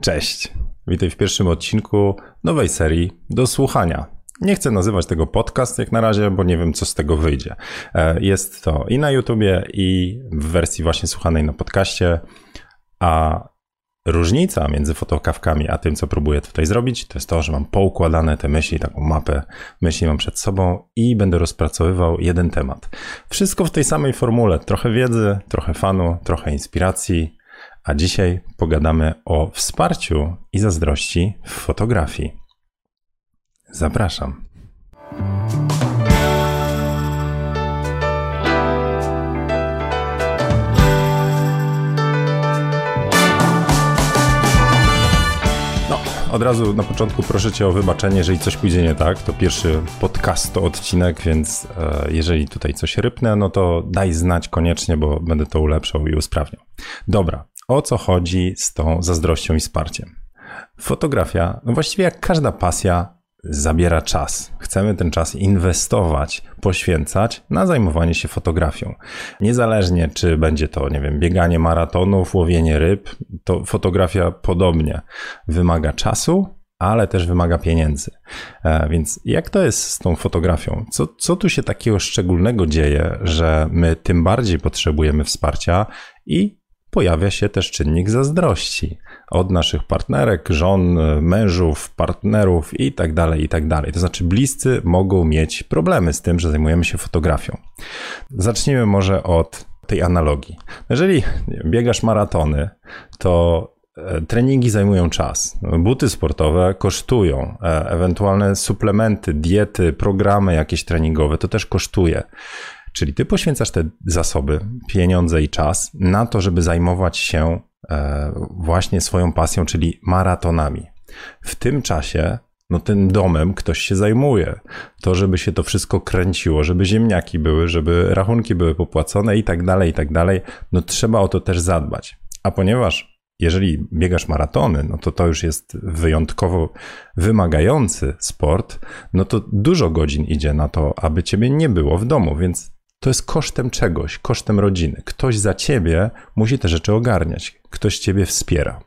Cześć, witaj w pierwszym odcinku nowej serii do słuchania. Nie chcę nazywać tego podcast jak na razie, bo nie wiem, co z tego wyjdzie. Jest to i na YouTubie, i w wersji właśnie słuchanej na podcaście, a różnica między fotokawkami a tym, co próbuję tutaj zrobić, to jest to, że mam poukładane te myśli, taką mapę myśli mam przed sobą i będę rozpracowywał jeden temat. Wszystko w tej samej formule, trochę wiedzy, trochę fanu, trochę inspiracji, a dzisiaj pogadamy o wsparciu i zazdrości w fotografii. Zapraszam. Od razu na początku proszę Cię o wybaczenie, jeżeli coś pójdzie nie tak. To pierwszy podcast, to odcinek, więc jeżeli tutaj coś rypnę, no to daj znać koniecznie, bo będę to ulepszał i usprawniał. Dobra, o co chodzi z tą zazdrością i wsparciem? Fotografia, no właściwie jak każda pasja, zabiera czas. Chcemy ten czas inwestować, poświęcać na zajmowanie się fotografią. Niezależnie, czy będzie to, nie wiem, bieganie maratonów, łowienie ryb, to fotografia podobnie wymaga czasu, ale też wymaga pieniędzy. Więc jak to jest z tą fotografią? Co tu się takiego szczególnego dzieje, że my tym bardziej potrzebujemy wsparcia i pojawia się też czynnik zazdrości od naszych partnerek, żon, mężów, partnerów i tak dalej, i tak dalej. To znaczy bliscy mogą mieć problemy z tym, że zajmujemy się fotografią. Zacznijmy może od tej analogii. Jeżeli biegasz maratony, to treningi zajmują czas. Buty sportowe kosztują, ewentualne suplementy, diety, programy jakieś treningowe, to też kosztuje. Czyli ty poświęcasz te zasoby, pieniądze i czas na to, żeby zajmować się właśnie swoją pasją, czyli maratonami. W tym czasie, no tym domem ktoś się zajmuje. To, żeby się to wszystko kręciło, żeby ziemniaki były, żeby rachunki były popłacone i tak dalej, no trzeba o to też zadbać. A ponieważ jeżeli biegasz maratony, no to już jest wyjątkowo wymagający sport, no to dużo godzin idzie na to, aby ciebie nie było w domu, więc to jest kosztem czegoś, kosztem rodziny. Ktoś za ciebie musi te rzeczy ogarniać, ktoś ciebie wspiera.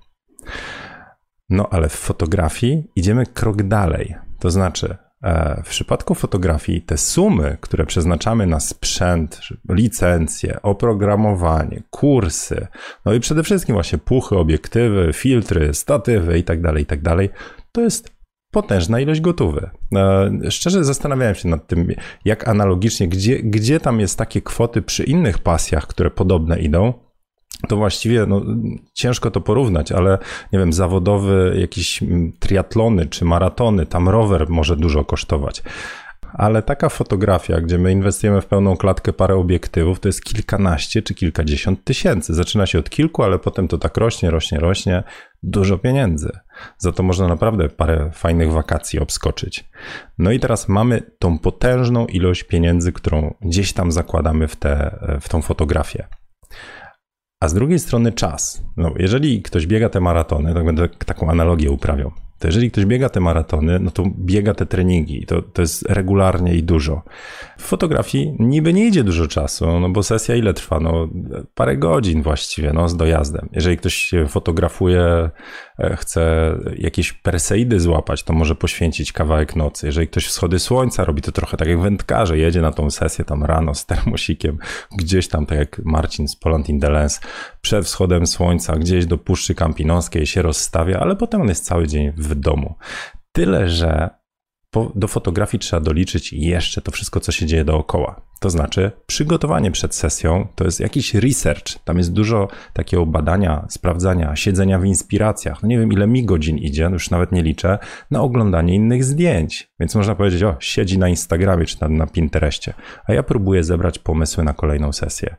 No ale w fotografii idziemy krok dalej, to znaczy w przypadku fotografii te sumy, które przeznaczamy na sprzęt, licencje, oprogramowanie, kursy, no i przede wszystkim właśnie puchy, obiektywy, filtry, statywy i tak dalej, to jest potężna ilość gotówy. Szczerze zastanawiałem się nad tym, jak analogicznie, gdzie tam jest takie kwoty przy innych pasjach, które podobne idą. To właściwie ciężko to porównać, ale nie wiem, zawodowy jakieś triatlony czy maratony, tam rower może dużo kosztować. Ale taka fotografia, gdzie my inwestujemy w pełną klatkę parę obiektywów, to jest kilkanaście czy kilkadziesiąt tysięcy. Zaczyna się od kilku, ale potem to tak rośnie, dużo pieniędzy. Za to można naprawdę parę fajnych wakacji obskoczyć. No i teraz mamy tą potężną ilość pieniędzy, którą gdzieś tam zakładamy w tą fotografię. A z drugiej strony czas. No, jeżeli ktoś biega te maratony, to będę taką analogię uprawiał. To jeżeli ktoś biega te maratony, no to biega te treningi. To jest regularnie i dużo. W fotografii niby nie idzie dużo czasu, no bo sesja ile trwa? No parę godzin właściwie, z dojazdem. Jeżeli ktoś się fotografuje, chce jakieś perseidy złapać, to może poświęcić kawałek nocy. Jeżeli ktoś wschody słońca robi, to trochę tak jak wędkarze, jedzie na tą sesję tam rano z termosikiem, gdzieś tam, tak jak Marcin z Poland in the Lens, przed wschodem słońca, gdzieś do Puszczy Kampinoskiej się rozstawia, ale potem on jest cały dzień w domu. Tyle, że do fotografii trzeba doliczyć jeszcze to wszystko, co się dzieje dookoła. To znaczy przygotowanie przed sesją to jest jakiś research. Tam jest dużo takiego badania, sprawdzania, siedzenia w inspiracjach. No nie wiem, ile mi godzin idzie, już nawet nie liczę, na oglądanie innych zdjęć. Więc można powiedzieć, siedzi na Instagramie czy na Pinterestie. A ja próbuję zebrać pomysły na kolejną sesję.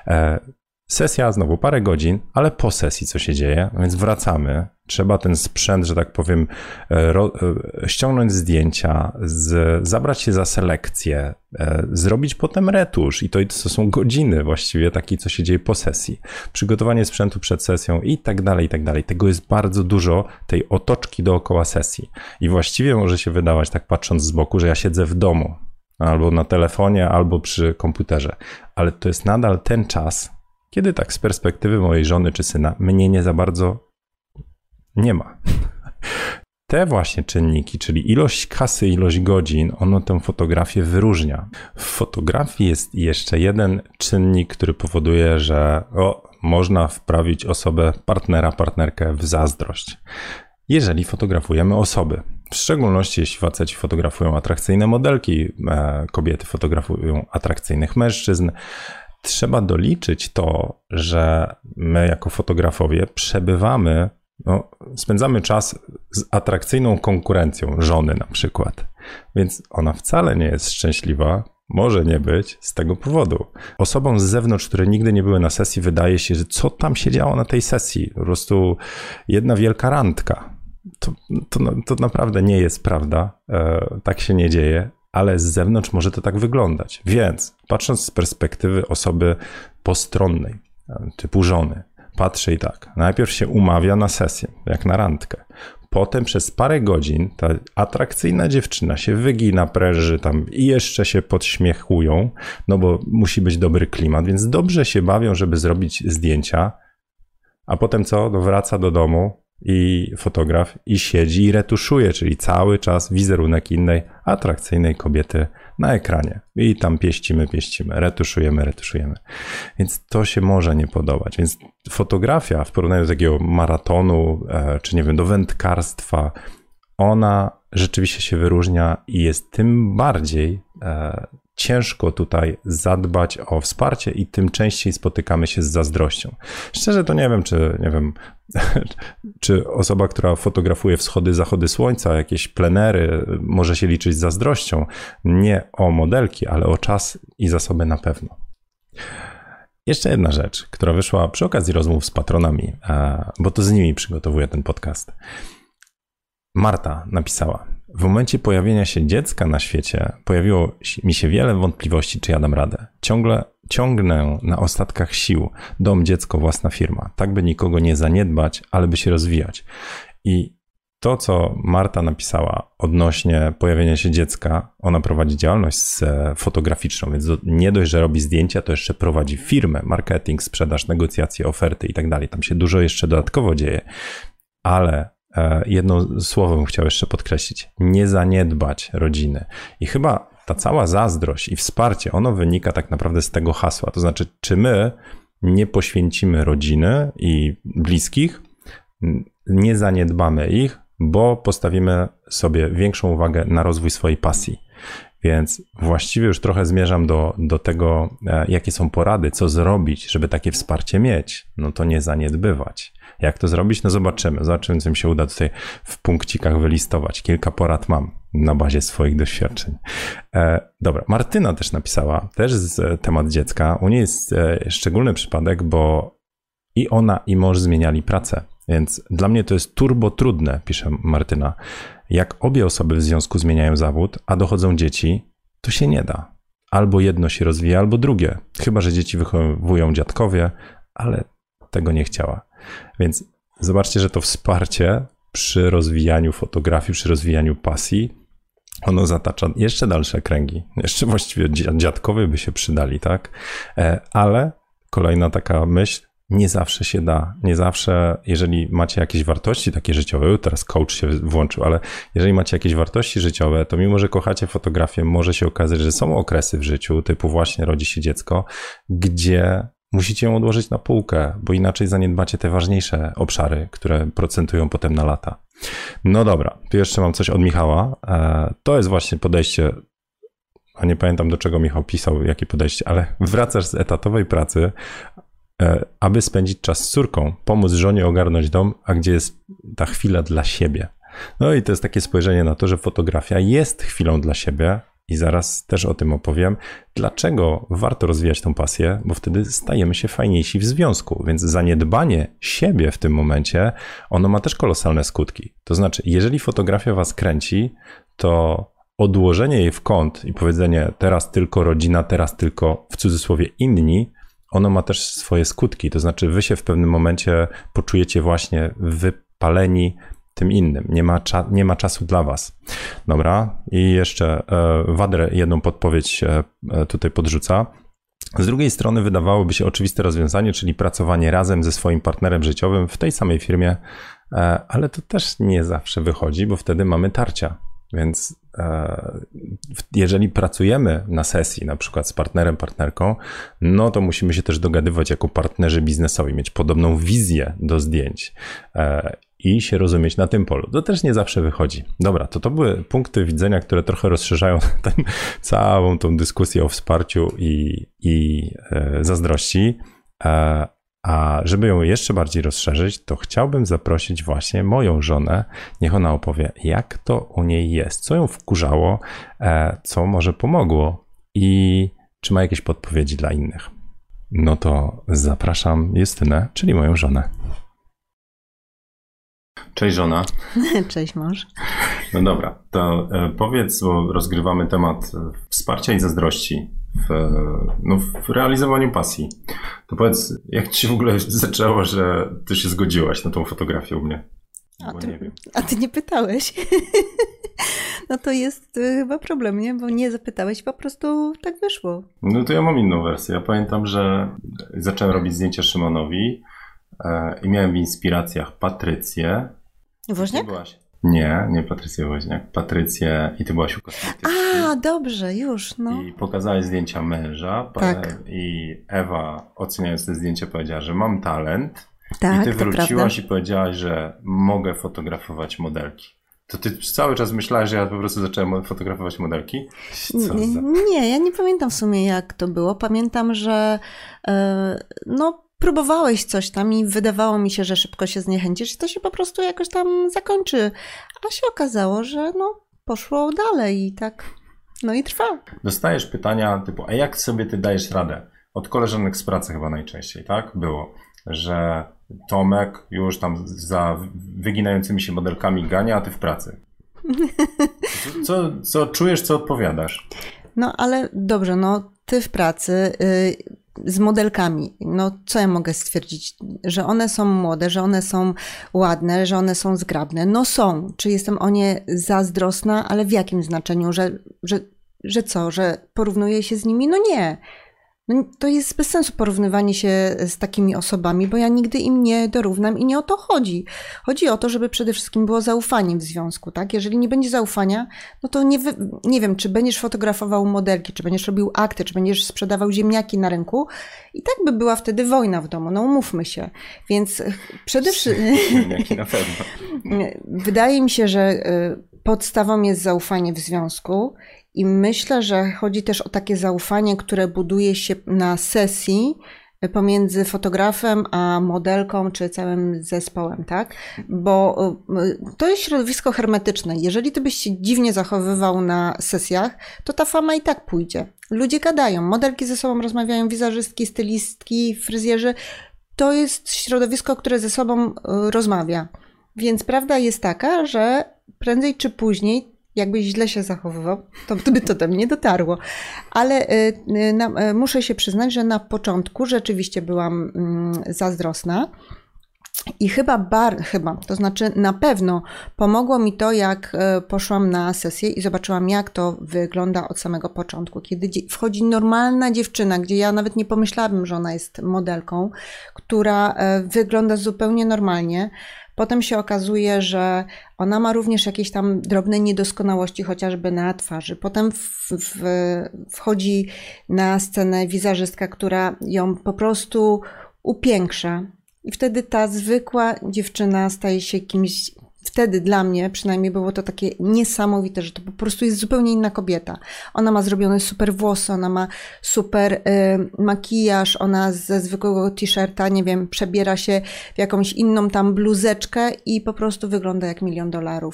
Sesja znowu parę godzin, ale po sesji co się dzieje, więc wracamy. Trzeba ten sprzęt, że tak powiem, ściągnąć zdjęcia, zabrać się za selekcję, zrobić potem retusz i to są godziny właściwie takie, co się dzieje po sesji. Przygotowanie sprzętu przed sesją i tak dalej, i tak dalej. Tego jest bardzo dużo, tej otoczki dookoła sesji. I właściwie może się wydawać, tak patrząc z boku, że ja siedzę w domu, albo na telefonie, albo przy komputerze. Ale to jest nadal ten czas, kiedy tak z perspektywy mojej żony czy syna mnie nie za bardzo Nie ma. Te właśnie czynniki, czyli ilość kasy, ilość godzin, ono tę fotografię wyróżnia. W fotografii jest jeszcze jeden czynnik, który powoduje, że można wprawić osobę, partnera, partnerkę w zazdrość. Jeżeli fotografujemy osoby, w szczególności jeśli faceci fotografują atrakcyjne modelki, kobiety fotografują atrakcyjnych mężczyzn, trzeba doliczyć to, że my jako fotografowie spędzamy czas z atrakcyjną konkurencją żony na przykład, więc ona wcale nie jest szczęśliwa, może nie być z tego powodu. Osobom z zewnątrz, które nigdy nie były na sesji, wydaje się, że co tam się działo na tej sesji, po prostu jedna wielka randka. To naprawdę nie jest prawda, tak się nie dzieje, ale z zewnątrz może to tak wyglądać. Więc patrząc z perspektywy osoby postronnej, typu żony, patrzy i tak, najpierw się umawia na sesję, jak na randkę. Potem przez parę godzin ta atrakcyjna dziewczyna się wygina, pręży tam i jeszcze się podśmiechują, no bo musi być dobry klimat, więc dobrze się bawią, żeby zrobić zdjęcia, a potem co? Wraca do domu i fotograf i siedzi i retuszuje, czyli cały czas wizerunek innej atrakcyjnej kobiety na ekranie. I tam pieścimy, retuszujemy. Więc to się może nie podobać. Więc fotografia w porównaniu do takiego maratonu, czy nie wiem, do wędkarstwa, ona rzeczywiście się wyróżnia i jest tym bardziej ciężko tutaj zadbać o wsparcie i tym częściej spotykamy się z zazdrością. Szczerze to nie wiem, czy osoba, która fotografuje wschody, zachody słońca, jakieś plenery, może się liczyć z zazdrością. Nie o modelki, ale o czas i zasoby na pewno. Jeszcze jedna rzecz, która wyszła przy okazji rozmów z patronami, bo to z nimi przygotowuję ten podcast. Marta napisała: w momencie pojawienia się dziecka na świecie pojawiło mi się wiele wątpliwości, czy ja dam radę. Ciągnę na ostatkach sił. Dom, dziecko, własna firma. Tak, by nikogo nie zaniedbać, ale by się rozwijać. I to, co Marta napisała odnośnie pojawienia się dziecka, ona prowadzi działalność fotograficzną, więc nie dość, że robi zdjęcia, to jeszcze prowadzi firmę, marketing, sprzedaż, negocjacje, oferty i tak dalej. Tam się dużo jeszcze dodatkowo dzieje, ale jedno słowo bym chciał jeszcze podkreślić. Nie zaniedbać rodziny. I chyba ta cała zazdrość i wsparcie, ono wynika tak naprawdę z tego hasła. To znaczy, czy my nie poświęcimy rodziny i bliskich, nie zaniedbamy ich, bo postawimy sobie większą uwagę na rozwój swojej pasji. Więc właściwie już trochę zmierzam do tego, jakie są porady, co zrobić, żeby takie wsparcie mieć. No to nie zaniedbywać. Jak to zrobić? No zobaczymy, co mi się uda tutaj w punkcikach wylistować. Kilka porad mam na bazie swoich doświadczeń. Dobra, Martyna też napisała, też temat dziecka. U niej jest szczególny przypadek, bo i ona, i mąż zmieniali pracę. Więc dla mnie to jest turbo trudne, pisze Martyna. Jak obie osoby w związku zmieniają zawód, a dochodzą dzieci, to się nie da. Albo jedno się rozwija, albo drugie. Chyba że dzieci wychowują dziadkowie, ale tego nie chciała. Więc zobaczcie, że to wsparcie przy rozwijaniu fotografii, przy rozwijaniu pasji, ono zatacza jeszcze dalsze kręgi. Jeszcze właściwie dziadkowie by się przydali, tak? Ale kolejna taka myśl, nie zawsze się da. Nie zawsze, jeżeli macie jakieś wartości takie życiowe, teraz coach się włączył, ale jeżeli macie jakieś wartości życiowe, to mimo, że kochacie fotografię, może się okazać, że są okresy w życiu, typu właśnie rodzi się dziecko, gdzie musicie ją odłożyć na półkę, bo inaczej zaniedbacie te ważniejsze obszary, które procentują potem na lata. No dobra, tu jeszcze mam coś od Michała. To jest właśnie podejście, a nie pamiętam do czego Michał pisał, jakie podejście, ale wracasz z etatowej pracy, aby spędzić czas z córką, pomóc żonie ogarnąć dom, a gdzie jest ta chwila dla siebie. No i to jest takie spojrzenie na to, że fotografia jest chwilą dla siebie i zaraz też o tym opowiem. Dlaczego warto rozwijać tą pasję? Bo wtedy stajemy się fajniejsi w związku, więc zaniedbanie siebie w tym momencie, ono ma też kolosalne skutki. To znaczy, jeżeli fotografia was kręci, to odłożenie jej w kąt i powiedzenie teraz tylko rodzina, teraz tylko w cudzysłowie inni, ono ma też swoje skutki, to znaczy wy się w pewnym momencie poczujecie właśnie wypaleni tym innym, nie ma czasu dla was. Dobra, i jeszcze Wader jedną podpowiedź tutaj podrzuca. Z drugiej strony wydawałoby się oczywiste rozwiązanie, czyli pracowanie razem ze swoim partnerem życiowym w tej samej firmie, ale to też nie zawsze wychodzi, bo wtedy mamy tarcia. Więc jeżeli pracujemy na sesji, na przykład z partnerem, partnerką, no to musimy się też dogadywać jako partnerzy biznesowi, mieć podobną wizję do zdjęć i się rozumieć na tym polu. To też nie zawsze wychodzi. Dobra, to były punkty widzenia, które trochę rozszerzają całą tą dyskusję o wsparciu i zazdrości. A żeby ją jeszcze bardziej rozszerzyć, to chciałbym zaprosić właśnie moją żonę. Niech ona opowie, jak to u niej jest, co ją wkurzało, co może pomogło i czy ma jakieś podpowiedzi dla innych. No to zapraszam Justynę, czyli moją żonę. Cześć żona. Cześć mąż. No dobra, to powiedz, bo rozgrywamy temat wsparcia i zazdrości w realizowaniu pasji. To powiedz, jak ci się w ogóle zaczęło, że ty się zgodziłaś na tą fotografię u mnie? A ty nie pytałeś. No to jest chyba problem, nie? Bo nie zapytałeś, po prostu tak wyszło. No to ja mam inną wersję. Ja pamiętam, że zacząłem robić zdjęcia Szymonowi i miałem w inspiracjach Patrycję. Woźniak? Nie Patrycję Woźniak. Patrycję i ty byłaś u kosmetyczki. A, dobrze, już, no. I pokazałaś zdjęcia męża. Tak. I Ewa, oceniając te zdjęcia, powiedziała, że mam talent. Tak, i ty wróciłaś i powiedziałaś, że mogę fotografować modelki. To ty cały czas myślałaś, że ja po prostu zacząłem fotografować modelki? Nie, ja nie pamiętam w sumie, jak to było. Pamiętam, że próbowałeś coś tam i wydawało mi się, że szybko się zniechęcisz i to się po prostu jakoś tam zakończy. A się okazało, że poszło dalej i tak, i trwa. Dostajesz pytania typu, a jak sobie ty dajesz radę? Od koleżanek z pracy chyba najczęściej, tak? Było, że Tomek już tam za wyginającymi się modelkami gania, a ty w pracy. Co czujesz, co odpowiadasz? No ale dobrze, ty w pracy z modelkami, co ja mogę stwierdzić? Że one są młode, że one są ładne, że one są zgrabne. Są. Czy jestem o nie zazdrosna, ale w jakim znaczeniu? Że co? Że porównuję się z nimi? Nie. To jest bez sensu porównywanie się z takimi osobami, bo ja nigdy im nie dorównam i nie o to chodzi. Chodzi o to, żeby przede wszystkim było zaufanie w związku, tak? Jeżeli nie będzie zaufania, to nie wiem, czy będziesz fotografował modelki, czy będziesz robił akty, czy będziesz sprzedawał ziemniaki na rynku i tak by była wtedy wojna w domu, umówmy się. Więc przede wszystkim... Ziemniaki na pewno. Wydaje mi się, że podstawą jest zaufanie w związku. I myślę, że chodzi też o takie zaufanie, które buduje się na sesji pomiędzy fotografem a modelką czy całym zespołem, tak? Bo to jest środowisko hermetyczne. Jeżeli ty byś się dziwnie zachowywał na sesjach, to ta fama i tak pójdzie. Ludzie gadają, modelki ze sobą rozmawiają, wizerzystki, stylistki, fryzjerzy. To jest środowisko, które ze sobą rozmawia. Więc prawda jest taka, że prędzej czy później jakbyś źle się zachowywał, to by to do mnie dotarło. Ale muszę się przyznać, że na początku rzeczywiście byłam zazdrosna i to znaczy na pewno pomogło mi to, jak poszłam na sesję i zobaczyłam, jak to wygląda od samego początku. Kiedy wchodzi normalna dziewczyna, gdzie ja nawet nie pomyślałabym, że ona jest modelką, która wygląda zupełnie normalnie. Potem się okazuje, że ona ma również jakieś tam drobne niedoskonałości, chociażby na twarzy. Potem wchodzi na scenę wizerzystka, która ją po prostu upiększa. I wtedy ta zwykła dziewczyna staje się kimś, wtedy dla mnie przynajmniej było to takie niesamowite, że to po prostu jest zupełnie inna kobieta. Ona ma zrobione super włosy, ona ma super makijaż, ona ze zwykłego t-shirta, nie wiem, przebiera się w jakąś inną tam bluzeczkę i po prostu wygląda jak $1 000 000.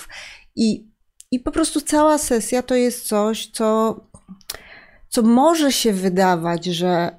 I po prostu cała sesja to jest coś, co może się wydawać, że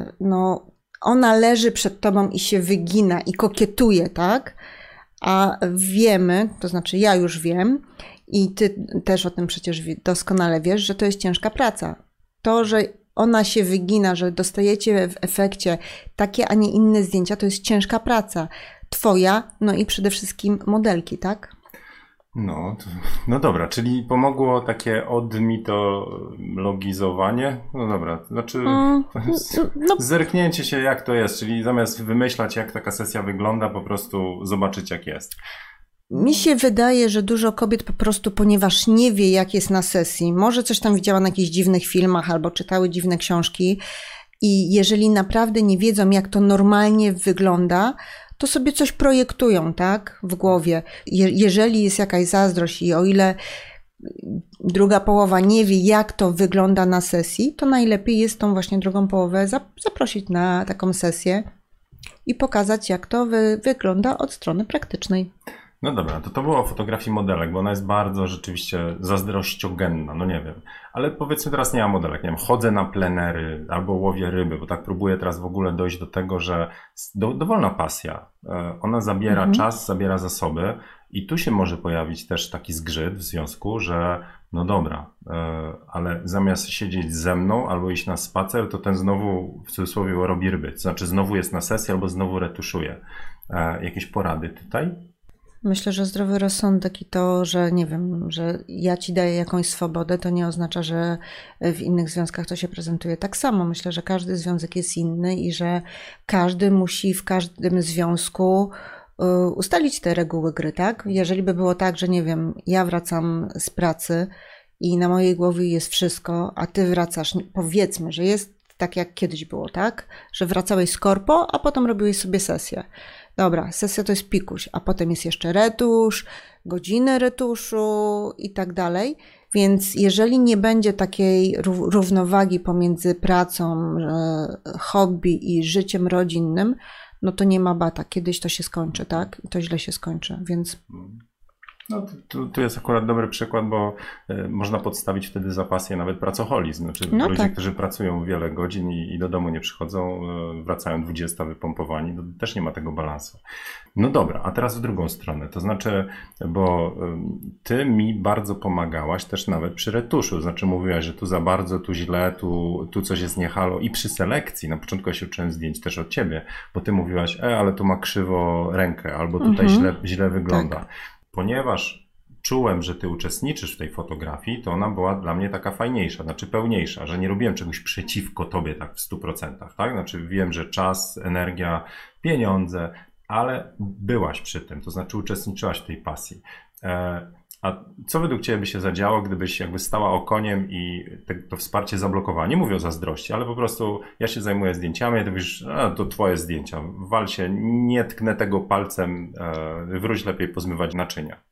ona leży przed tobą i się wygina i kokietuje, tak? A wiemy, to znaczy ja już wiem i ty też o tym przecież doskonale wiesz, że to jest ciężka praca. To, że ona się wygina, że dostajecie w efekcie takie, a nie inne zdjęcia, to jest ciężka praca. Twoja, i przede wszystkim modelki, tak? No dobra, czyli pomogło takie odmitologizowanie? No dobra, to znaczy zerknięcie się jak to jest, czyli zamiast wymyślać jak taka sesja wygląda, po prostu zobaczyć jak jest. Mi się wydaje, że dużo kobiet po prostu, ponieważ nie wie jak jest na sesji, może coś tam widziała na jakichś dziwnych filmach albo czytały dziwne książki i jeżeli naprawdę nie wiedzą jak to normalnie wygląda, to sobie coś projektują, tak, w głowie. Jeżeli jest jakaś zazdrość i o ile druga połowa nie wie, jak to wygląda na sesji, to najlepiej jest tą właśnie drugą połowę zaprosić na taką sesję i pokazać, jak to wygląda od strony praktycznej. No dobra, to było o fotografii modelek, bo ona jest bardzo rzeczywiście zazdrościogenna, no nie wiem. Ale powiedzmy teraz nie mam modelek, nie wiem, chodzę na plenery albo łowię ryby, bo tak próbuję teraz w ogóle dojść do tego, że dowolna pasja, ona zabiera czas, zabiera zasoby i tu się może pojawić też taki zgrzyt w związku, że no dobra, ale zamiast siedzieć ze mną albo iść na spacer, to ten znowu w cudzysłowie robi ryby, to znaczy znowu jest na sesji albo znowu retuszuje. Jakieś porady tutaj? Myślę, że zdrowy rozsądek i to, że nie wiem, że ja ci daję jakąś swobodę, to nie oznacza, że w innych związkach to się prezentuje tak samo. Myślę, że każdy związek jest inny i że każdy musi w każdym związku ustalić te reguły gry, tak? Jeżeli by było tak, że nie wiem, ja wracam z pracy i na mojej głowie jest wszystko, a ty wracasz, powiedzmy, że jest tak jak kiedyś było, tak? Że wracałeś z korpo, a potem robiłeś sobie sesję. Dobra, sesja to jest pikuś, a potem jest jeszcze retusz, godziny retuszu i tak dalej. Więc jeżeli nie będzie takiej równowagi pomiędzy pracą, hobby i życiem rodzinnym, no to nie ma bata. Kiedyś to się skończy, tak? I to źle się skończy, więc... No, tu jest akurat dobry przykład, bo można podstawić wtedy za pasję nawet pracoholizm. Znaczy ludzie, którzy pracują wiele godzin i do domu nie przychodzą, wracają 20 wypompowani, to też nie ma tego balansu. No dobra, a teraz w drugą stronę, to znaczy, bo ty mi bardzo pomagałaś też nawet przy retuszu, znaczy mówiłaś, że tu za bardzo, tu źle, tu coś jest nie halo i przy selekcji, na początku ja się uczyłem zdjęć też od ciebie, bo ty mówiłaś, ale tu ma krzywo rękę, albo tutaj źle wygląda. Tak. Ponieważ czułem, że ty uczestniczysz w tej fotografii, to ona była dla mnie taka fajniejsza, znaczy pełniejsza, że nie robiłem czegoś przeciwko tobie tak w 100%, tak? Znaczy wiem, że czas, energia, pieniądze, ale byłaś przy tym, to znaczy uczestniczyłaś w tej pasji. A co według ciebie by się zadziało, gdybyś jakby stała okoniem i to wsparcie zablokowała? Nie mówię o zazdrości, ale po prostu ja się zajmuję zdjęciami, to mówisz, to twoje zdjęcia, wal się, nie tknę tego palcem, wróć lepiej pozmywać naczynia.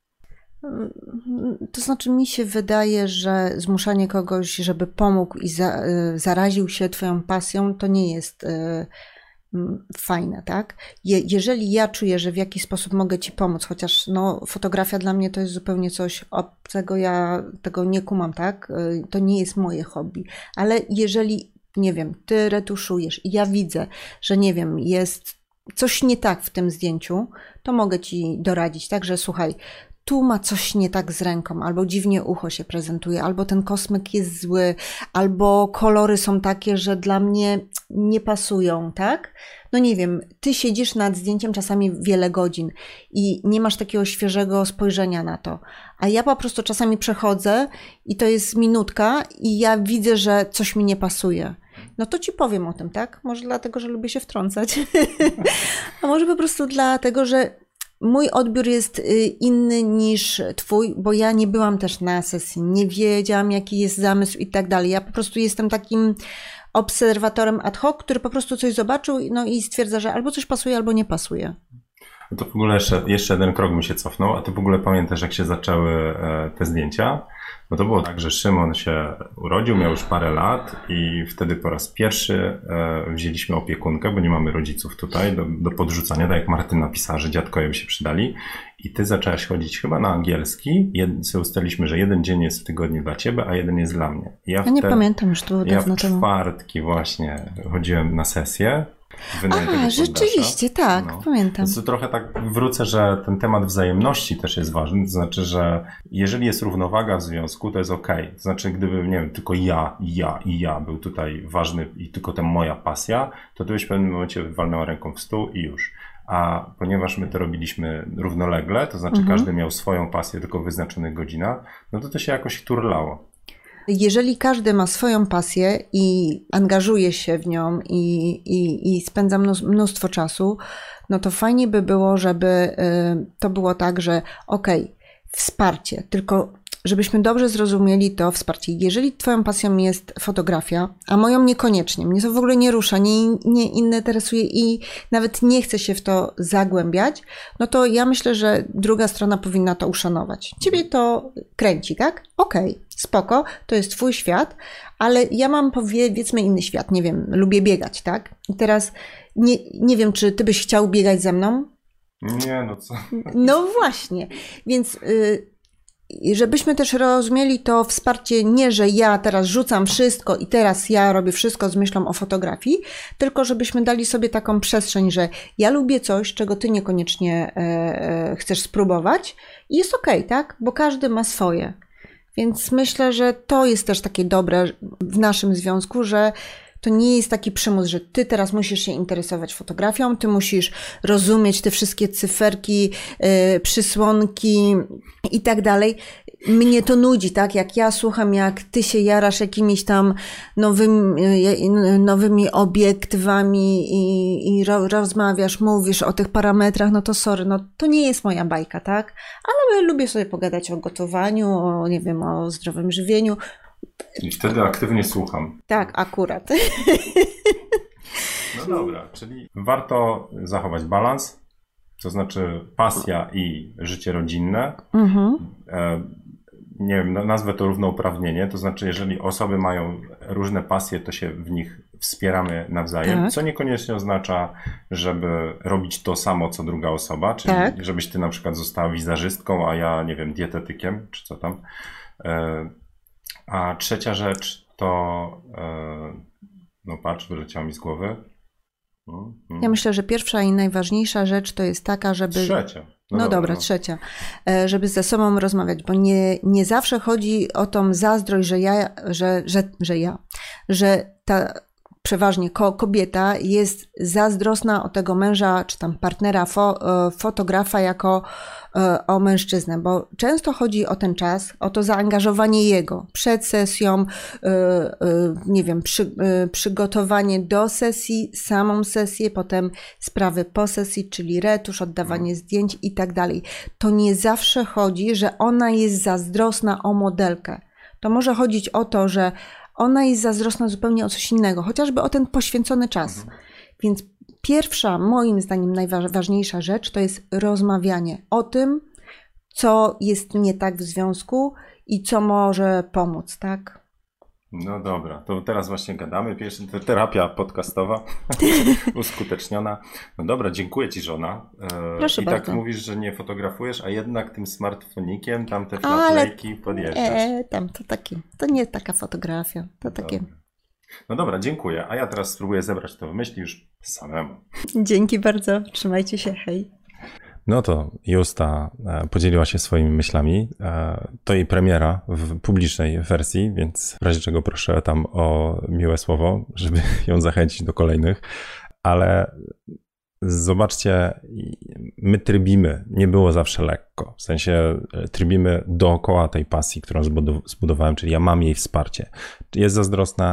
To znaczy mi się wydaje, że zmuszanie kogoś, żeby pomógł i zaraził się twoją pasją, to nie jest fajne, tak? Jeżeli ja czuję, że w jakiś sposób mogę ci pomóc, chociaż no, fotografia dla mnie to jest zupełnie coś obcego, ja tego nie kumam, tak? To nie jest moje hobby, ale jeżeli, nie wiem, ty retuszujesz i ja widzę, że nie wiem, jest coś nie tak w tym zdjęciu, to mogę ci doradzić, tak? Że słuchaj, tu ma coś nie tak z ręką, albo dziwnie ucho się prezentuje, albo ten kosmyk jest zły, albo kolory są takie, że dla mnie nie pasują, tak? No nie wiem, ty siedzisz nad zdjęciem czasami wiele godzin i nie masz takiego świeżego spojrzenia na to, a ja po prostu czasami przechodzę i to jest minutka i ja widzę, że coś mi nie pasuje. No to ci powiem o tym, tak? Może dlatego, że lubię się wtrącać, a może po prostu dlatego, że mój odbiór jest inny niż twój, bo ja nie byłam też na sesji, nie wiedziałam jaki jest zamysł i tak dalej. Ja po prostu jestem takim obserwatorem ad hoc, który po prostu coś zobaczył no i stwierdza, że albo coś pasuje, albo nie pasuje. No to w ogóle jeszcze jeden krok bym się cofnął, a ty w ogóle pamiętasz jak się zaczęły te zdjęcia? Bo to było tak, że Szymon się urodził, miał już parę lat i wtedy po raz pierwszy wzięliśmy opiekunkę, bo nie mamy rodziców tutaj do podrzucania, tak jak Martyna pisała, że dziadkowie by się przydali i ty zaczęłaś chodzić chyba na angielski, ustaliliśmy, że jeden dzień jest w tygodniu dla ciebie, a jeden jest dla mnie. Ja nie pamiętam, już to było dawno temu. Ja w czwartki właśnie chodziłem na sesję. Rzeczywiście, tak, pamiętam. Więc trochę tak wrócę, że ten temat wzajemności też jest ważny, to znaczy, że jeżeli jest równowaga w związku, to jest okej. To znaczy, gdyby, nie wiem, tylko ja był tutaj ważny i tylko ta moja pasja, to ty byś w pewnym momencie walnęła ręką w stół i już. a ponieważ my to robiliśmy równolegle, to znaczy każdy miał swoją pasję tylko w wyznaczonych godzinach, no to się jakoś turlało. Jeżeli każdy ma swoją pasję i angażuje się w nią i spędza mnóstwo czasu, no to fajnie by było, żeby to było tak, że wsparcie, tylko żebyśmy dobrze zrozumieli to wsparcie. Jeżeli twoją pasją jest fotografia, a moją niekoniecznie, mnie to w ogóle nie rusza, nie interesuje i nawet nie chce się w to zagłębiać, no to ja myślę, że druga strona powinna to uszanować. Ciebie to kręci, tak? Okej, spoko, to jest twój świat, ale ja mam powiedzmy inny świat, nie wiem, lubię biegać, tak? I teraz nie wiem, czy ty byś chciał biegać ze mną? Nie, no co? No właśnie, więc żebyśmy też rozumieli to wsparcie nie, że ja teraz rzucam wszystko i teraz ja robię wszystko z myślą o fotografii, tylko żebyśmy dali sobie taką przestrzeń, że ja lubię coś, czego ty niekoniecznie chcesz spróbować i jest okej, tak? Bo każdy ma swoje. Więc myślę, że to jest też takie dobre w naszym związku, że to nie jest taki przymus, że ty teraz musisz się interesować fotografią, ty musisz rozumieć te wszystkie cyferki, przysłonki i tak dalej. Mnie to nudzi, tak? Jak ja słucham, jak ty się jarasz jakimiś tam nowymi obiektywami i rozmawiasz, mówisz o tych parametrach, no to sorry, no to nie jest moja bajka, tak? Ale lubię sobie pogadać o gotowaniu, nie wiem, o zdrowym żywieniu. I wtedy aktywnie słucham. Tak, akurat. No dobra, czyli warto zachować balans, to znaczy pasja i życie rodzinne. Nie wiem, nazwę to równouprawnienie, to znaczy jeżeli osoby mają różne pasje, to się w nich wspieramy nawzajem, tak. Co niekoniecznie oznacza, żeby robić to samo, co druga osoba, czyli żebyś ty na przykład została wizerzystką, a ja, nie wiem, dietetykiem, czy co tam. A trzecia rzecz to, no patrz, wyleciało mi z głowy. Ja myślę, że pierwsza i najważniejsza rzecz to jest taka, żeby... Trzecia. No dobra, trzecia. Żeby ze sobą rozmawiać, bo nie zawsze chodzi o tą zazdrość, że ta przeważnie kobieta jest zazdrosna o tego męża, czy tam partnera, fotografa jako o mężczyznę, bo często chodzi o ten czas, o to zaangażowanie jego przed sesją, nie wiem, przygotowanie do sesji, samą sesję, potem sprawy po sesji, czyli retusz, oddawanie zdjęć i tak dalej. To nie zawsze chodzi, że ona jest zazdrosna o modelkę. To może chodzić o to, że ona jest zazdrosna zupełnie o coś innego, chociażby o ten poświęcony czas. Więc pierwsza, moim zdaniem, najważniejsza rzecz to jest rozmawianie o tym, co jest nie tak w związku i co może pomóc, tak? No dobra, to teraz właśnie gadamy. Pierwsza terapia podcastowa uskuteczniona. No dobra, dziękuję ci, żona. Proszę I bardzo. tak mówisz, że nie fotografujesz, a jednak tym smartfonikiem tam te flatlejki podjeżdżasz. To nie taka fotografia, to takie... No dobra, dziękuję. A ja teraz spróbuję zebrać to w myśli już samemu. Dzięki bardzo, trzymajcie się, hej. No to Justa podzieliła się swoimi myślami. To jej premiera w publicznej wersji, więc w razie czego proszę tam o miłe słowo, żeby ją zachęcić do kolejnych. Ale zobaczcie, my trybimy, nie było zawsze lekko. W sensie trybimy dookoła tej pasji, którą zbudowałem, czyli ja mam jej wsparcie. Jest zazdrosna,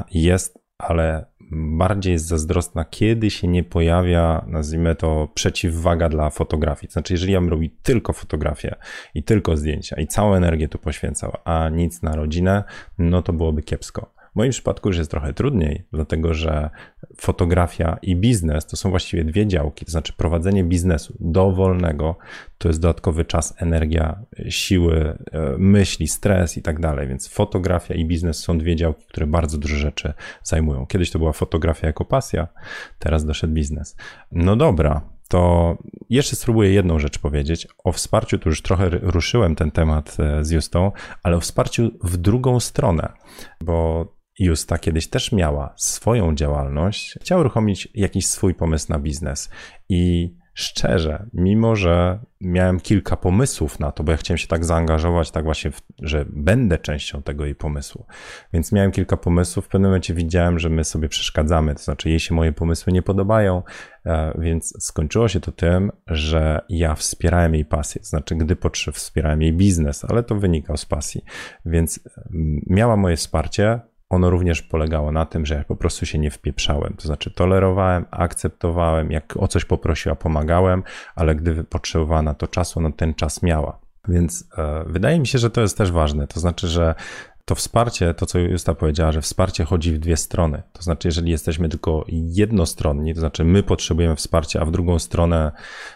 ale bardziej jest zazdrosna, kiedy się nie pojawia, nazwijmy to, przeciwwaga dla fotografii. To znaczy, jeżeli ja bym robił tylko fotografię i tylko zdjęcia i całą energię tu poświęcał, a nic na rodzinę, no to byłoby kiepsko. W moim przypadku już jest trochę trudniej, dlatego że fotografia i biznes to są właściwie dwie działki, to znaczy prowadzenie biznesu dowolnego to jest dodatkowy czas, energia, siły, myśli, stres i tak dalej, więc fotografia i biznes są dwie działki, które bardzo dużo rzeczy zajmują. Kiedyś to była fotografia jako pasja, teraz doszedł biznes. No dobra, to jeszcze spróbuję jedną rzecz powiedzieć. O wsparciu, tu już trochę ruszyłem ten temat z Justą, ale o wsparciu w drugą stronę, bo Justa kiedyś też miała swoją działalność, chciała uruchomić jakiś swój pomysł na biznes i szczerze, mimo że miałem kilka pomysłów na to, bo ja chciałem się tak zaangażować, tak właśnie, że będę częścią tego jej pomysłu. Więc miałem kilka pomysłów, w pewnym momencie widziałem, że my sobie przeszkadzamy, to znaczy jej się moje pomysły nie podobają, więc skończyło się to tym, że ja wspierałem jej pasję, to znaczy gdy wspierałem jej biznes, ale to wynikał z pasji, więc miała moje wsparcie. Ono również polegało na tym, że ja po prostu się nie wpieprzałem, to znaczy tolerowałem, akceptowałem, jak o coś poprosiła, pomagałem, ale gdy potrzebowała na to czasu, no ten czas miała. Więc wydaje mi się, że to jest też ważne, to znaczy, że to wsparcie, to co Justa powiedziała, że wsparcie chodzi w dwie strony, to znaczy jeżeli jesteśmy tylko jednostronni, to znaczy my potrzebujemy wsparcia, a w drugą stronę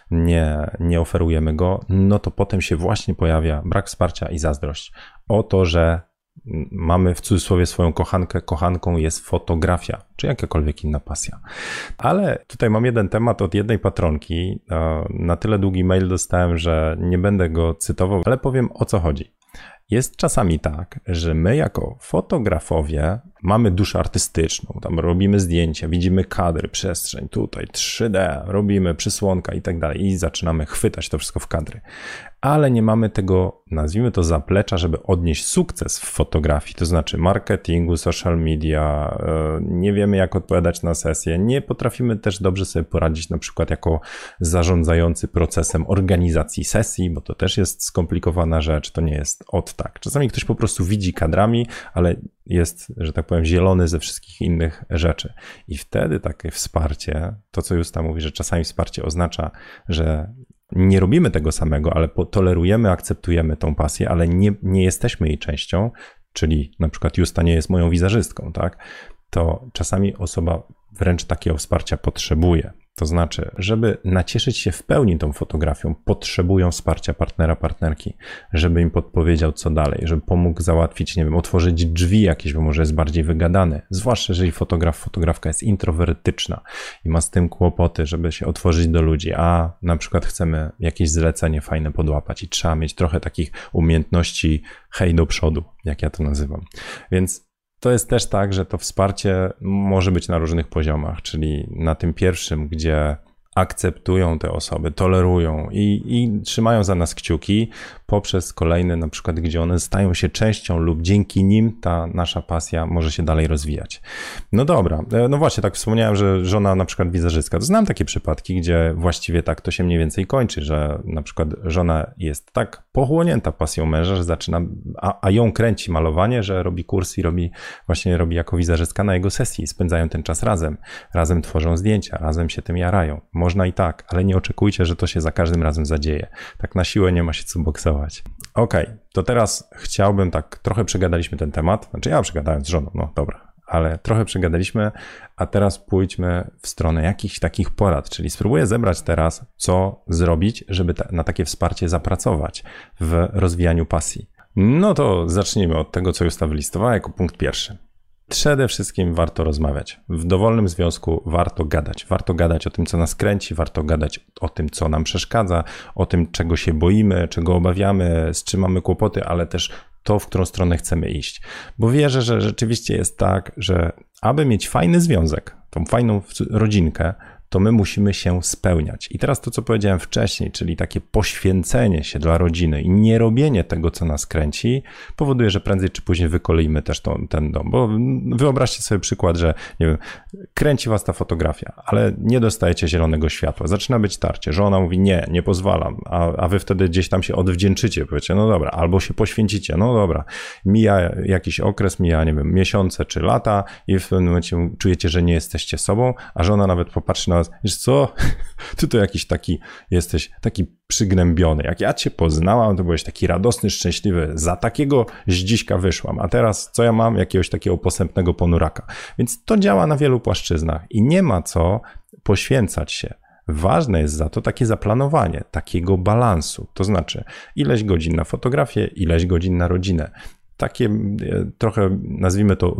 nie oferujemy go, no to potem się właśnie pojawia brak wsparcia i zazdrość o to, że mamy w cudzysłowie swoją kochankę, kochanką jest fotografia, czy jakakolwiek inna pasja. Ale tutaj mam jeden temat od jednej patronki, na tyle długi mail dostałem, że nie będę go cytował, ale powiem o co chodzi. Jest czasami tak, że my jako fotografowie mamy duszę artystyczną, tam robimy zdjęcia, widzimy kadry, przestrzeń, tutaj 3D, robimy przysłonka i tak dalej i zaczynamy chwytać to wszystko w kadry. Ale nie mamy tego, nazwijmy to zaplecza, żeby odnieść sukces w fotografii, to znaczy marketingu, social media, nie wiemy jak odpowiadać na sesję, nie potrafimy też dobrze sobie poradzić na przykład jako zarządzający procesem organizacji sesji, bo to też jest skomplikowana rzecz, to nie jest od tak. Czasami ktoś po prostu widzi kadrami, ale jest, że tak powiem, zielony ze wszystkich innych rzeczy. I wtedy takie wsparcie, to co Justa mówi, że czasami wsparcie oznacza, że nie robimy tego samego, ale tolerujemy, akceptujemy tą pasję, ale nie jesteśmy jej częścią, czyli na przykład Justa nie jest moją wizerzystką, tak? To czasami osoba wręcz takiego wsparcia potrzebuje. To znaczy, żeby nacieszyć się w pełni tą fotografią, potrzebują wsparcia partnera, partnerki, żeby im podpowiedział co dalej, żeby pomógł załatwić, nie wiem, otworzyć drzwi jakieś, bo może jest bardziej wygadany. Zwłaszcza jeżeli fotografka jest introwertyczna i ma z tym kłopoty, żeby się otworzyć do ludzi, a na przykład chcemy jakieś zlecenie fajne podłapać i trzeba mieć trochę takich umiejętności hej do przodu, jak ja to nazywam. Więc to jest też tak, że to wsparcie może być na różnych poziomach, czyli na tym pierwszym, gdzie akceptują te osoby, tolerują i trzymają za nas kciuki, poprzez kolejne na przykład, gdzie one stają się częścią lub dzięki nim ta nasza pasja może się dalej rozwijać. No dobra, no właśnie, tak wspomniałem, że żona na przykład wizerzystka, to znam takie przypadki, gdzie właściwie tak to się mniej więcej kończy, że na przykład żona jest tak pochłonięta pasją męża, że zaczyna, a ją kręci malowanie, że robi kurs i robi jako wizerzystka na jego sesji, spędzają ten czas razem tworzą zdjęcia, razem się tym jarają. Można i tak, ale nie oczekujcie, że to się za każdym razem zadzieje. Tak na siłę nie ma się co boksować. Okej, to teraz chciałbym trochę przegadaliśmy ten temat, znaczy ja przegadałem z żoną, no dobra, ale trochę przegadaliśmy, a teraz pójdźmy w stronę jakichś takich porad, czyli spróbuję zebrać teraz, co zrobić, żeby na takie wsparcie zapracować w rozwijaniu pasji. No to zacznijmy od tego, co Justa wylistowała jako punkt pierwszy. Przede wszystkim warto rozmawiać. W dowolnym związku warto gadać o tym, co nas kręci, warto gadać o tym, co nam przeszkadza, o tym, czego się boimy, czego obawiamy, z czym mamy kłopoty, ale też to, w którą stronę chcemy iść. Bo wierzę, że rzeczywiście jest tak, że aby mieć fajny związek, tą fajną rodzinkę, to my musimy się spełniać. I teraz to, co powiedziałem wcześniej, czyli takie poświęcenie się dla rodziny i nie robienie tego, co nas kręci, powoduje, że prędzej czy później wykoleimy też ten dom. Bo wyobraźcie sobie przykład, że nie wiem, kręci was ta fotografia, ale nie dostajecie zielonego światła. Zaczyna być tarcie. Żona mówi, nie pozwalam, a wy wtedy gdzieś tam się odwdzięczycie. Powiecie, no dobra, albo się poświęcicie, no dobra. Mija jakiś okres, mija, nie wiem, miesiące czy lata i w pewnym momencie czujecie, że nie jesteście sobą, a żona nawet popatrzy na was, wiesz co, ty to jakiś taki jesteś, taki przygnębiony. Jak ja cię poznałam, to byłeś taki radosny, szczęśliwy, za takiego zdziśka wyszłam, a teraz co ja mam? Jakiegoś takiego posępnego ponuraka. Więc to działa na wielu płaszczyznach i nie ma co poświęcać się. Ważne jest za to takie zaplanowanie, takiego balansu, to znaczy ileś godzin na fotografię, ileś godzin na rodzinę. Takie trochę, nazwijmy to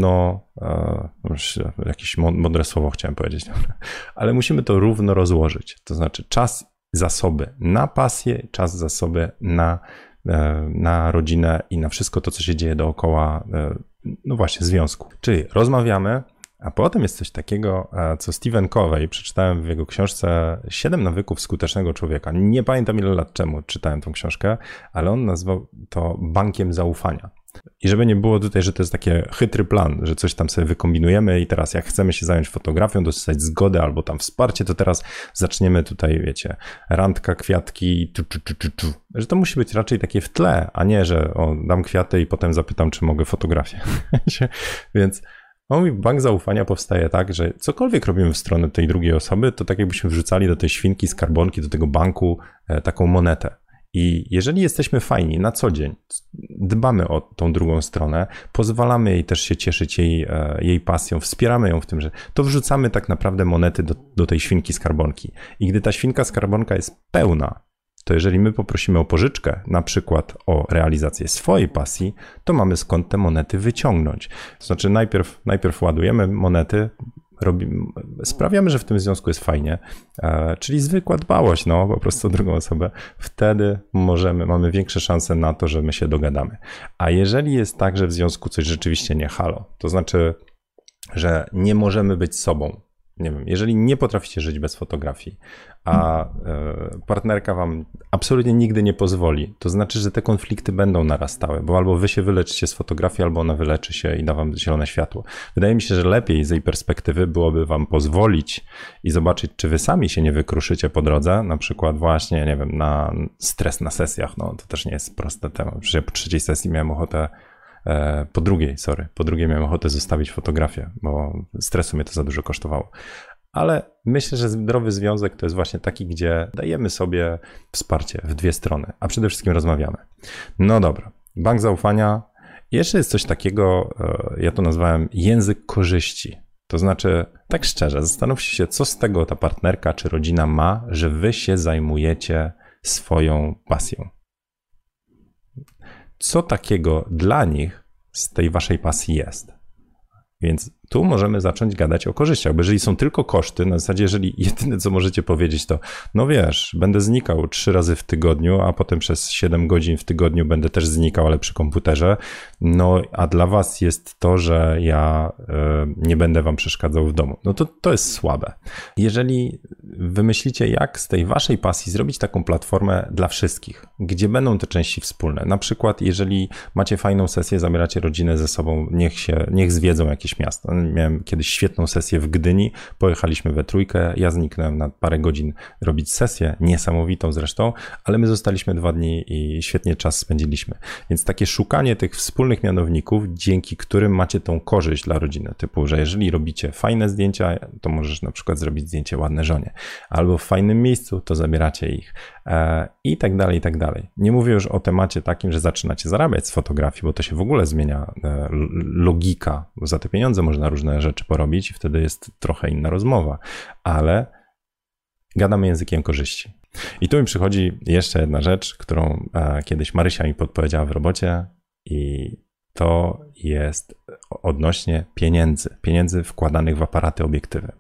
jakieś mądre słowo chciałem powiedzieć, ale musimy to równo rozłożyć. To znaczy czas, zasoby na pasję, czas, zasoby na rodzinę i na wszystko to, co się dzieje dookoła, no właśnie, związku. Czyli rozmawiamy, A potem jest coś takiego, co Stephen Covey, przeczytałem w jego książce 7 nawyków skutecznego człowieka. Nie pamiętam ile lat temu czytałem tą książkę, ale on nazwał to bankiem zaufania. I żeby nie było tutaj, że to jest taki chytry plan, że coś tam sobie wykombinujemy i teraz jak chcemy się zająć fotografią, dostać zgodę albo tam wsparcie, to teraz zaczniemy tutaj, wiecie, randka, kwiatki, że to musi być raczej takie w tle, a nie, że dam kwiaty i potem zapytam, czy mogę fotografię. Więc mój bank zaufania powstaje tak, że cokolwiek robimy w stronę tej drugiej osoby, to tak jakbyśmy wrzucali do tej świnki skarbonki, do tego banku taką monetę. I jeżeli jesteśmy fajni na co dzień, dbamy o tą drugą stronę, pozwalamy jej też się cieszyć jej pasją, wspieramy ją w tym, że to wrzucamy tak naprawdę monety do tej świnki skarbonki. I gdy ta świnka skarbonka jest pełna, to jeżeli my poprosimy o pożyczkę, na przykład o realizację swojej pasji, to mamy skąd te monety wyciągnąć. To znaczy najpierw ładujemy monety, sprawiamy, że w tym związku jest fajnie, czyli zwykła dbałość, po prostu o drugą osobę. Wtedy mamy większe szanse na to, że my się dogadamy. A jeżeli jest tak, że w związku coś rzeczywiście nie halo, to znaczy, że nie możemy być sobą, nie wiem, jeżeli nie potraficie żyć bez fotografii, a partnerka wam absolutnie nigdy nie pozwoli, to znaczy, że te konflikty będą narastały, bo albo wy się wyleczycie z fotografii, albo ona wyleczy się i da wam zielone światło. Wydaje mi się, że lepiej z jej perspektywy byłoby wam pozwolić i zobaczyć, czy wy sami się nie wykruszycie po drodze, na przykład właśnie, nie wiem, na stres na sesjach, to też nie jest prosty temat. Przecież ja po 3. sesji miałem ochotę po drugiej miałem ochotę zostawić fotografię, bo stresu mnie to za dużo kosztowało. Ale myślę, że zdrowy związek to jest właśnie taki, gdzie dajemy sobie wsparcie w dwie strony, a przede wszystkim rozmawiamy. No dobra, bank zaufania. Jeszcze jest coś takiego, ja to nazwałem język korzyści. To znaczy, tak szczerze, zastanówcie się, co z tego ta partnerka czy rodzina ma, że wy się zajmujecie swoją pasją. Co takiego dla nich z tej waszej pasji jest? Więc tu możemy zacząć gadać o korzyściach, bo jeżeli są tylko koszty, na zasadzie jeżeli jedyne co możecie powiedzieć to, będę znikał 3 razy w tygodniu, a potem przez 7 godzin w tygodniu będę też znikał, ale przy komputerze, a dla was jest to, że ja nie będę wam przeszkadzał w domu. To jest słabe. Jeżeli wymyślicie, jak z tej waszej pasji zrobić taką platformę dla wszystkich, gdzie będą te części wspólne, na przykład jeżeli macie fajną sesję, zabieracie rodzinę ze sobą, niech zwiedzą jakieś miasto. Miałem kiedyś świetną sesję w Gdyni, pojechaliśmy we trójkę, ja zniknąłem na parę godzin robić sesję, niesamowitą zresztą, ale my zostaliśmy 2 dni i świetnie czas spędziliśmy. Więc takie szukanie tych wspólnych mianowników, dzięki którym macie tą korzyść dla rodziny, typu, że jeżeli robicie fajne zdjęcia, to możesz na przykład zrobić zdjęcie ładne żonie, albo w fajnym miejscu, to zabieracie ich i tak dalej, i tak dalej. Nie mówię już o temacie takim, że zaczynacie zarabiać z fotografii, bo to się w ogóle zmienia logika, bo za te pieniądze można różne rzeczy porobić i wtedy jest trochę inna rozmowa, ale gadamy językiem korzyści. I tu mi przychodzi jeszcze jedna rzecz, którą kiedyś Marysia mi podpowiedziała w robocie i to jest odnośnie pieniędzy wkładanych w aparaty, obiektywy.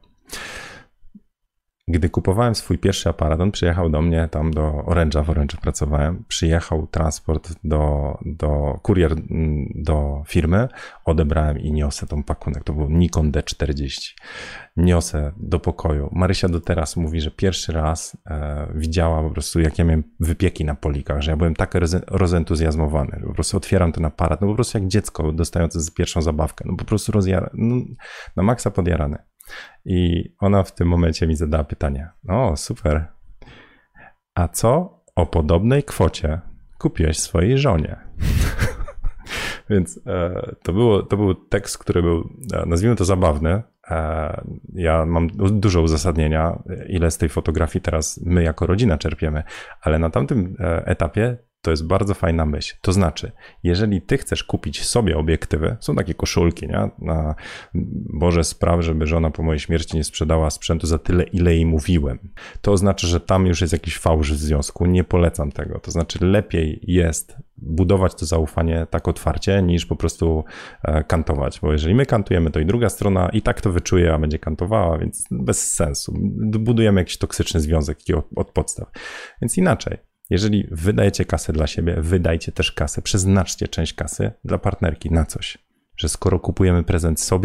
Gdy kupowałem swój pierwszy aparat, on przyjechał do mnie tam do Orange'a, w Orange'u pracowałem, przyjechał transport kurier do firmy, odebrałem i niosę tą pakunek, to był Nikon D40. Niosę do pokoju. Marysia do teraz mówi, że pierwszy raz widziała po prostu, jak ja miałem wypieki na polikach, że ja byłem tak rozentuzjazmowany, że po prostu otwieram ten aparat, po prostu jak dziecko dostające pierwszą zabawkę, po prostu na maksa podjarany. I ona w tym momencie mi zadała pytanie: super, a co o podobnej kupiłeś swojej żonie? Więc to był tekst, który był, nazwijmy to, zabawny. Ja mam dużo uzasadnienia, ile z tej fotografii teraz my jako rodzina czerpiemy, ale na tamtym etapie to jest bardzo fajna myśl. To znaczy, jeżeli ty chcesz kupić sobie obiektywy, są takie koszulki, nie? Boże, spraw, żeby żona po mojej śmierci nie sprzedała sprzętu za tyle, ile jej mówiłem. To oznacza, że tam już jest jakiś fałsz w związku. Nie polecam tego. To znaczy, lepiej jest budować to zaufanie tak otwarcie, niż po prostu kantować. Bo jeżeli my kantujemy, to i druga strona i tak to wyczuje, a będzie kantowała, więc bez sensu. Budujemy jakiś toksyczny związek od podstaw. Więc inaczej. Jeżeli wydajecie kasę dla siebie, wydajcie też kasę, przeznaczcie część kasy dla partnerki na coś. Że skoro kupujemy prezent sobie,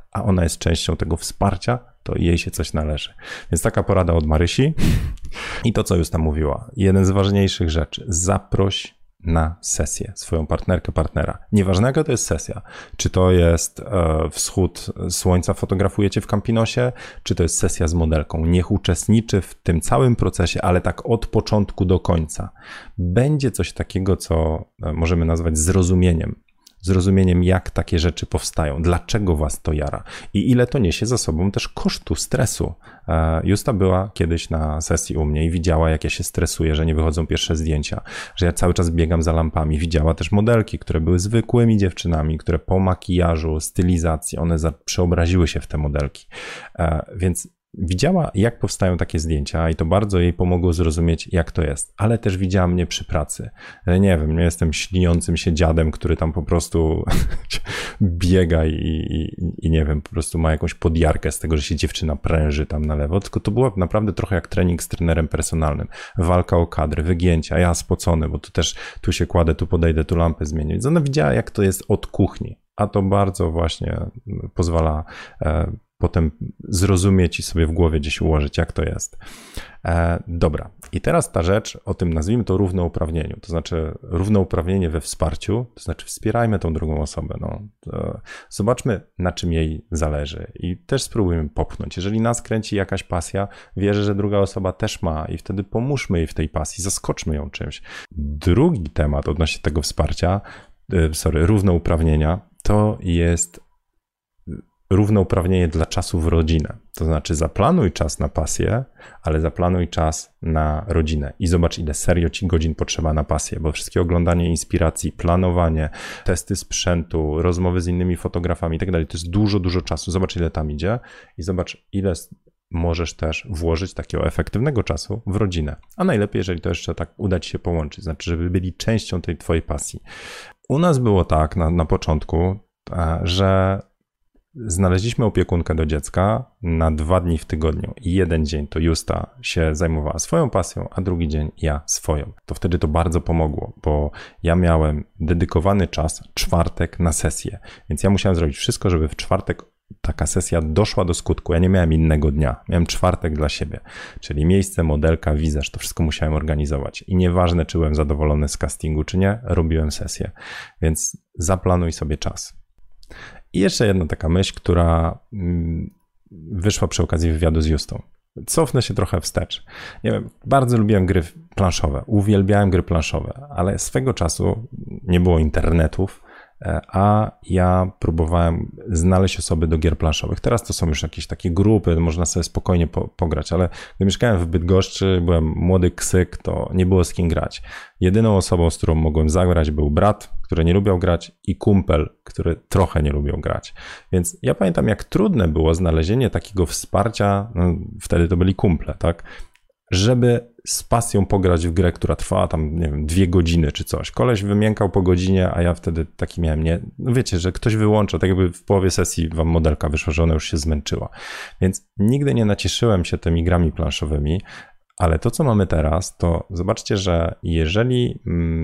a ona jest częścią tego wsparcia, to jej się coś należy. Więc taka porada od Marysi. I to, co już tam mówiła. Jeden z ważniejszych rzeczy. Zaproś na sesję swoją partnerkę, partnera. Nieważne jaka to jest sesja. Czy to jest wschód słońca fotografujecie w Campinosie, czy to jest sesja z modelką. Niech uczestniczy w tym całym procesie, ale tak od początku do końca. Będzie coś takiego, co możemy nazwać zrozumieniem, jak takie rzeczy powstają, dlaczego was to jara i ile to niesie za sobą też kosztu, stresu. Justa była kiedyś na sesji u mnie i widziała, jak ja się stresuję, że nie wychodzą pierwsze zdjęcia, że ja cały czas biegam za lampami. Widziała też modelki, które były zwykłymi dziewczynami, które po makijażu, stylizacji, one przeobraziły się w te modelki. Więc widziała, jak powstają takie zdjęcia i to bardzo jej pomogło zrozumieć, jak to jest, ale też widziała mnie przy pracy. Nie wiem, nie jestem śniącym się dziadem, który tam po prostu biega i nie wiem, po prostu ma jakąś podjarkę z tego, że się dziewczyna pręży tam na lewo, tylko to było naprawdę trochę jak trening z trenerem personalnym. Walka o kadry, wygięcia, ja spocony, bo tu się kładę, tu podejdę, tu lampę zmienię. Więc ona widziała, jak to jest od kuchni, a to bardzo właśnie pozwala potem zrozumieć i sobie w głowie gdzieś ułożyć, jak to jest. Dobra, i teraz ta rzecz, o tym nazwijmy to równouprawnieniu, to znaczy równouprawnienie we wsparciu, to znaczy wspierajmy tą drugą osobę, zobaczmy, na czym jej zależy i też spróbujmy popchnąć. Jeżeli nas kręci jakaś pasja, wierzę, że druga osoba też ma i wtedy pomóżmy jej w tej pasji, zaskoczmy ją czymś. Drugi temat odnośnie tego wsparcia, równouprawnienia, to jest równouprawnienie dla czasu w rodzinę. To znaczy zaplanuj czas na pasję, ale zaplanuj czas na rodzinę i zobacz, ile serio ci godzin potrzeba na pasję, bo wszystkie oglądanie inspiracji, planowanie, testy sprzętu, rozmowy z innymi fotografami i tak dalej, to jest dużo czasu. Zobacz, ile tam idzie i zobacz, ile możesz też włożyć takiego efektywnego czasu w rodzinę. A najlepiej, jeżeli to jeszcze tak uda ci się połączyć, znaczy, żeby byli częścią tej twojej pasji. U nas było tak na początku, że znaleźliśmy opiekunkę do dziecka na 2 dni w tygodniu i jeden dzień to Justa się zajmowała swoją pasją, a drugi dzień ja swoją. To wtedy to bardzo pomogło, bo ja miałem dedykowany czas, czwartek na sesję, więc ja musiałem zrobić wszystko, żeby w czwartek taka sesja doszła do skutku. Ja nie miałem innego dnia, miałem czwartek dla siebie, czyli miejsce, modelka, wizaż, to wszystko musiałem organizować i nieważne, czy byłem zadowolony z castingu, czy nie, robiłem sesję, więc zaplanuj sobie czas. I jeszcze jedna taka myśl, która wyszła przy okazji wywiadu z Justą. Cofnę się trochę wstecz. Nie wiem, bardzo lubiłem gry planszowe, uwielbiałem gry planszowe, ale swego czasu nie było internetów, a ja próbowałem znaleźć osoby do gier planszowych. Teraz to są już jakieś takie grupy, można sobie spokojnie pograć, ale gdy mieszkałem w Bydgoszczy, byłem młody ksyk, to nie było z kim grać. Jedyną osobą, z którą mogłem zagrać, był brat, który nie lubiał grać i kumpel, który trochę nie lubiał grać. Więc ja pamiętam, jak trudne było znalezienie takiego wsparcia, wtedy to byli kumple, tak? Żeby z pasją pograć w grę, która trwała tam, nie wiem, 2 godziny czy coś. Koleś wymiękał po godzinie, a ja wtedy taki miałem, wiecie, że ktoś wyłącza, tak jakby w połowie sesji wam modelka wyszła, że ona już się zmęczyła. Więc nigdy nie nacieszyłem się tymi grami planszowymi, ale to, co mamy teraz, to zobaczcie, że jeżeli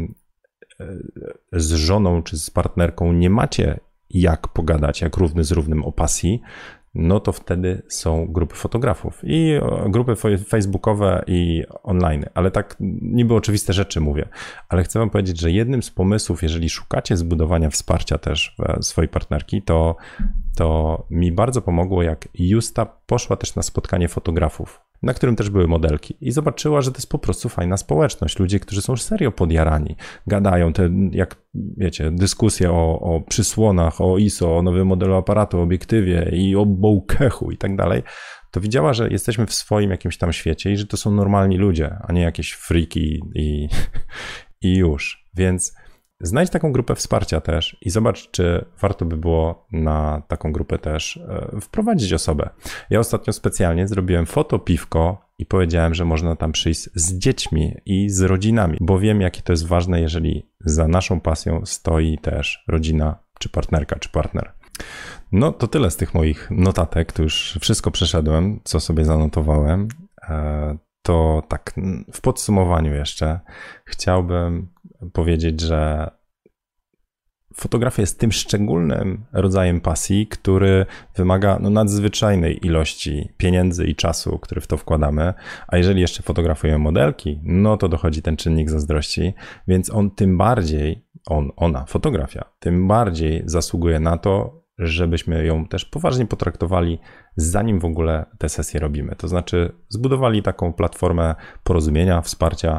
z żoną czy z partnerką nie macie jak pogadać, jak równy z równym o pasji, no to wtedy są grupy fotografów i grupy facebookowe i online, ale tak niby oczywiste rzeczy mówię, ale chcę wam powiedzieć, że jednym z pomysłów, jeżeli szukacie zbudowania wsparcia też swojej partnerki, to mi bardzo pomogło, jak Justa poszła też na spotkanie fotografów, na którym też były modelki i zobaczyła, że to jest po prostu fajna społeczność, ludzie, którzy są serio podjarani, gadają, te, jak wiecie, dyskusje o przysłonach, o ISO, o nowym modelu aparatu, o obiektywie i o bokeh i tak dalej, to widziała, że jesteśmy w swoim jakimś tam świecie i że to są normalni ludzie, a nie jakieś freaki i już, więc znajdź taką grupę wsparcia też i zobacz, czy warto by było na taką grupę też wprowadzić osobę. Ja ostatnio specjalnie zrobiłem fotopiwko i powiedziałem, że można tam przyjść z dziećmi i z rodzinami, bo wiem, jakie to jest ważne, jeżeli za naszą pasją stoi też rodzina, czy partnerka, czy partner. No to tyle z tych moich notatek, to już wszystko przeszedłem, co sobie zanotowałem. To tak w podsumowaniu jeszcze chciałbym powiedzieć, że fotografia jest tym szczególnym rodzajem pasji, który wymaga nadzwyczajnej ilości pieniędzy i czasu, który w to wkładamy, a jeżeli jeszcze fotografujemy modelki, no to dochodzi ten czynnik zazdrości, więc on tym bardziej, fotografia, tym bardziej zasługuje na to, żebyśmy ją też poważnie potraktowali, zanim w ogóle te sesje robimy. To znaczy zbudowali taką platformę porozumienia, wsparcia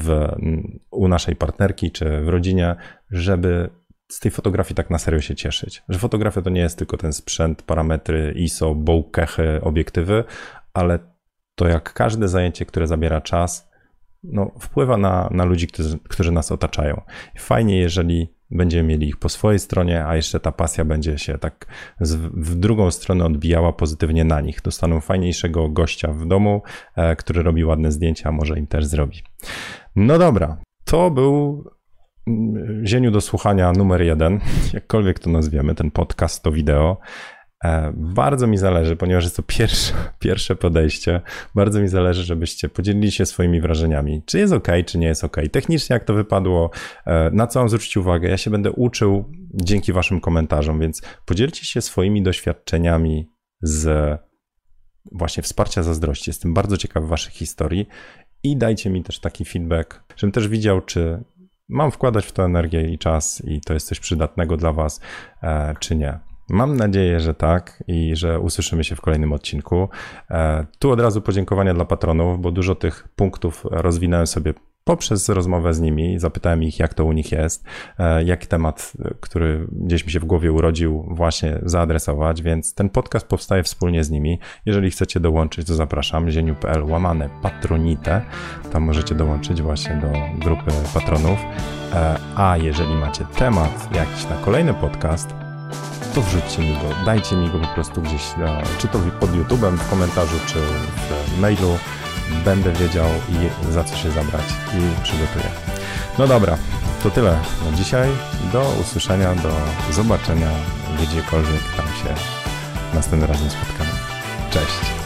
u naszej partnerki czy w rodzinie, żeby z tej fotografii tak na serio się cieszyć. Że fotografia to nie jest tylko ten sprzęt, parametry, ISO, bokeh, obiektywy, ale to jak każde zajęcie, które zabiera czas, wpływa na ludzi, którzy nas otaczają. Fajnie, jeżeli będziemy mieli ich po swojej stronie, a jeszcze ta pasja będzie się tak w drugą stronę odbijała pozytywnie na nich. Dostaną fajniejszego gościa w domu, który robi ładne zdjęcia, może im też zrobi. No dobra, to był Zieniu do słuchania numer 1, jakkolwiek to nazwiemy, ten podcast, to wideo. Bardzo mi zależy, ponieważ jest to pierwsze podejście, bardzo mi zależy, żebyście podzielili się swoimi wrażeniami. Czy jest ok, czy nie jest ok. Technicznie jak to wypadło, na co mam zwrócić uwagę. Ja się będę uczył dzięki waszym komentarzom, więc podzielcie się swoimi doświadczeniami z właśnie wsparcia zazdrości. Jestem bardzo ciekawy waszych historii i dajcie mi też taki feedback, żebym też widział, czy mam wkładać w to energię i czas i to jest coś przydatnego dla was, czy nie. Mam nadzieję, że tak i że usłyszymy się w kolejnym odcinku. Tu od razu podziękowania dla patronów, bo dużo tych punktów rozwinąłem sobie poprzez rozmowę z nimi. Zapytałem ich, jak to u nich jest, jaki temat, który gdzieś mi się w głowie urodził, właśnie zaadresować, więc ten podcast powstaje wspólnie z nimi. Jeżeli chcecie dołączyć, to zapraszam, zieniu.pl/patronite. Tam możecie dołączyć właśnie do grupy patronów. A jeżeli macie temat jakiś na kolejny podcast, to wrzućcie mi go, dajcie mi go po prostu gdzieś, czy to pod YouTube'em, w komentarzu, czy w mailu. Będę wiedział za co się zabrać i przygotuję. No dobra, to tyle na dzisiaj. Do usłyszenia, do zobaczenia gdziekolwiek tam się następnym razem spotkamy. Cześć!